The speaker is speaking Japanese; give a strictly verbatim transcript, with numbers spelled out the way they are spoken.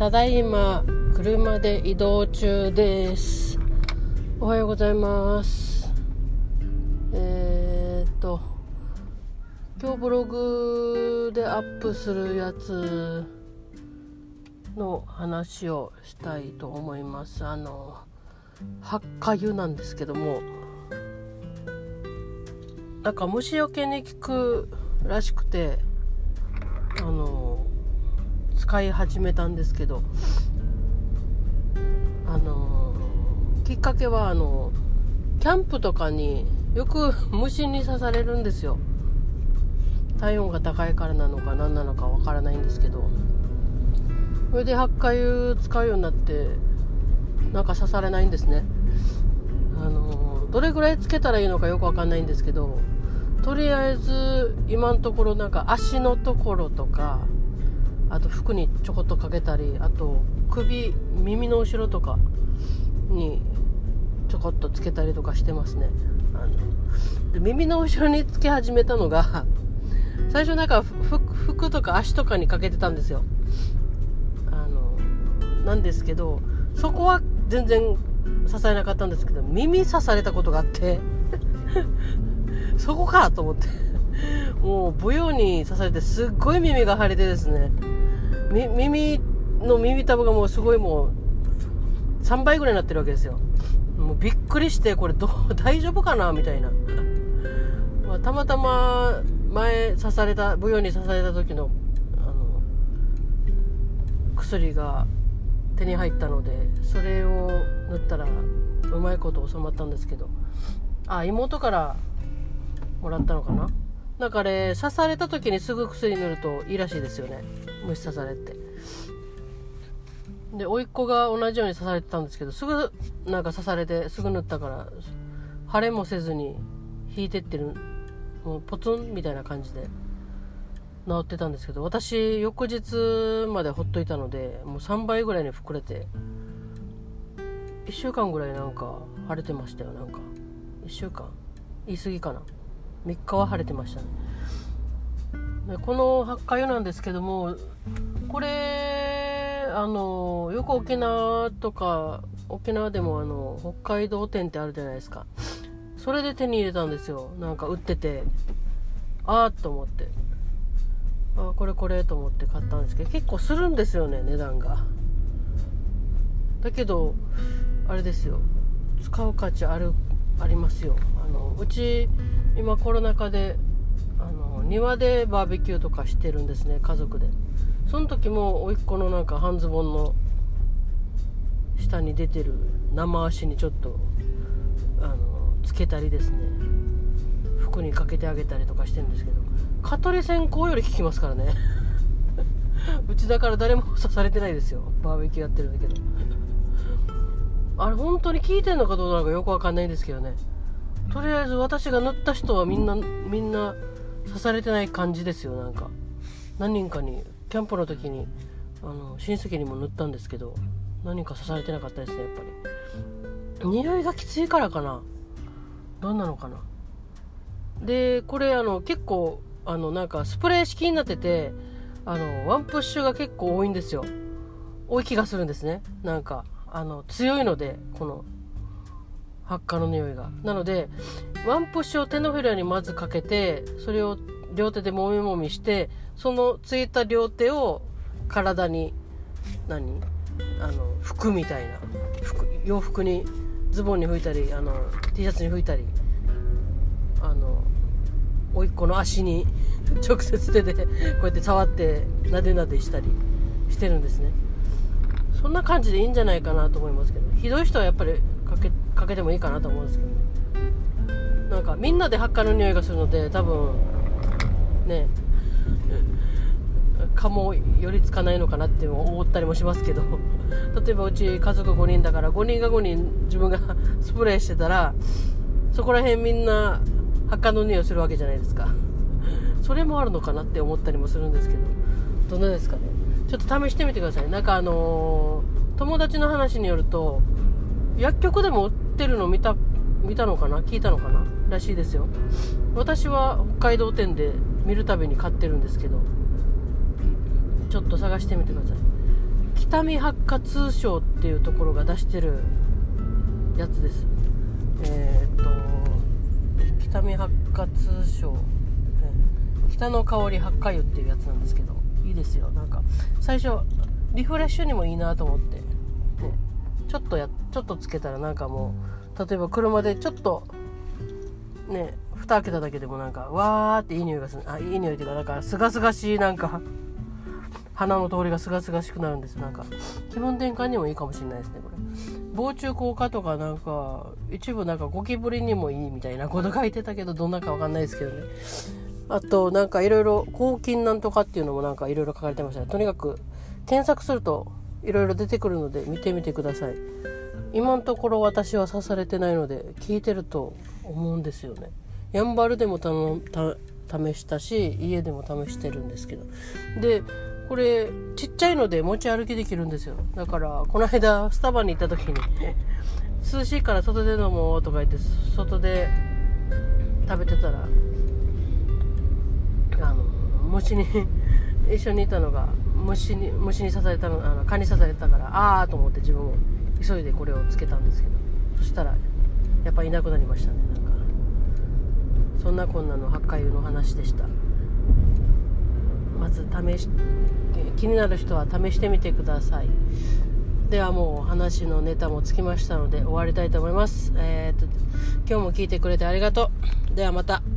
ただいま車で移動中です。おはようございます。えーっと今日ブログでアップするやつの話をしたいと思います。あの発火油なんですけども、なんか虫除けに効くらしくてあの使い始めたんですけど、あのきっかけはあのキャンプとかによく虫に刺されるんですよ。体温が高いからなのか何なのかわからないんですけど、それで発火油使うようになってなんか刺されないんですね。あのどれぐらいつけたらいいのかよくわかんないんですけど、とりあえず今のところなんか足のところとか、あと服にちょこっとかけたり、あと首、耳の後ろとかにちょこっとつけたりとかしてますね。あので耳の後ろにつけ始めたのが最初なんか服、服とか足とかにかけてたんですよ。あのなんですけど、そこは全然刺されなかったんですけど、耳刺されたことがあってそこかと思ってもう舞踊に刺されてすっごい耳が腫れてですね、み耳の耳たぶがもうすごいもうさんばいぐらいになってるわけですよ。もうびっくりして、これどう大丈夫かなみたいな、まあ、たまたま前刺された舞踊に刺された時のあの薬が手に入ったので、それを塗ったらうまいこと収まったんですけど、あ、妹からもらったのかな。なんかね、刺された時にすぐ薬塗るといいらしいですよね、虫刺されって。で甥っ子が同じように刺されてたんですけど、すぐなんか刺されてすぐ塗ったから腫れもせずに引いてってる、もうポツンみたいな感じで治ってたんですけど、私翌日までほっといたのでもうさんばいぐらいに膨れていっしゅうかんぐらいなんか腫れてましたよ。なんかいっしゅうかん言い過ぎかな、みっかは腫れてましたね。でこの発火油なんですけども、これあのよく沖縄とか、沖縄でもあの北海道店ってあるじゃないですか。それで手に入れたんですよ。なんか売ってて、あーっと思って、あこれこれと思って買ったんですけど、結構するんですよね、値段が。だけどあれですよ、使う価値あるありますよ。あのうち今コロナ禍であの庭でバーベキューとかしてるんですね、家族で。その時も甥っ子のなんか半ズボンの下に出てる生足にちょっとあのつけたりですね、服にかけてあげたりとかしてるんですけど、蚊取り線香より効きますからねうちだから誰も刺されてないですよ、バーベキューやってるんだけどあれ本当に効いてんのかどうなのかよくわかんないんですけどね。とりあえず私が塗った人はみんなみんな刺されてない感じですよ。なんか何人かにキャンプの時にあの親戚にも塗ったんですけど、何人か刺されてなかったですね。やっぱり匂いがきついからかな、どんなのかな。でこれあの結構あのなんかスプレー式になってて、あのワンプッシュが結構多いんですよ。多い気がするんですね。なんかあの強いので、この発火の匂いが。なのでワンプッシュを手のひらにまずかけて、それを両手でもみもみして、そのついた両手を体に何あの服みたいな服、洋服にズボンに拭いたり、あの T シャツに拭いたり、あの甥っ子の足に直接手でこうやって触ってなでなでしたりしてるんですね。そんな感じでいいんじゃないかなと思いますけど、ひどい人はやっぱりかけ、かけてもいいかなと思うんですけどね。なんかみんなで発火の匂いがするので、多分ね蚊も寄りつかないのかなって思ったりもしますけど例えばうち家族ごにんだからごにんがごにん自分がスプレーしてたら、そこら辺みんな発火の匂いするわけじゃないですか。それもあるのかなって思ったりもするんですけど、どんなですかね。ちょっと試してみてください。なんかあのー、友達の話によると、薬局でも売ってるの見た見たのかな、聞いたのかならしいですよ。私は北海道店で見るたびに買ってるんですけど、ちょっと探してみてください。 北見発火通商っていうところが出してるやつです。えー、っと北見発火通商、ね、北の香り発火油っていうやつなんですけど、いいですよ。なんか最初リフレッシュにもいいなと思って、ね、ちょっとやちょっとつけたらなんかもう、例えば車でちょっとね蓋開けただけでもなんかわーっていい匂いがする。あ、いい匂いっていうか、なんかすがすがしい、なんか鼻の通りがすがすがしくなるんです。なんか気分転換にもいいかもしれないですね。これ防虫効果とか、なんか一部なんかゴキブリにもいいみたいなこと書いてたけど、どんなかわかんないですけどね。あとなんかいろいろ抗菌なんとかっていうのもなんかいろいろ書かれてましたね。とにかく検索するといろいろ出てくるので見てみてください。今のところ私は刺されてないので効いてると思うんですよね。やんばるでもたた試したし、家でも試してるんですけど、でこれちっちゃいので持ち歩きできるんですよ。だからこの間スタバに行った時に涼しいから外で飲もうとか言って外で食べてたら、あの虫に一緒にいたのが虫に虫に刺されたの、あの蚊に刺されたから、あーと思って自分も急いでこれをつけたんですけど、そしたらやっぱいなくなりましたね。なんかそんなこんなの発火油の話でした。まず試し気になる人は試してみてください。ではもう話のネタもつきましたので終わりたいと思います。えー、っと今日も聞いてくれてありがとう。ではまた。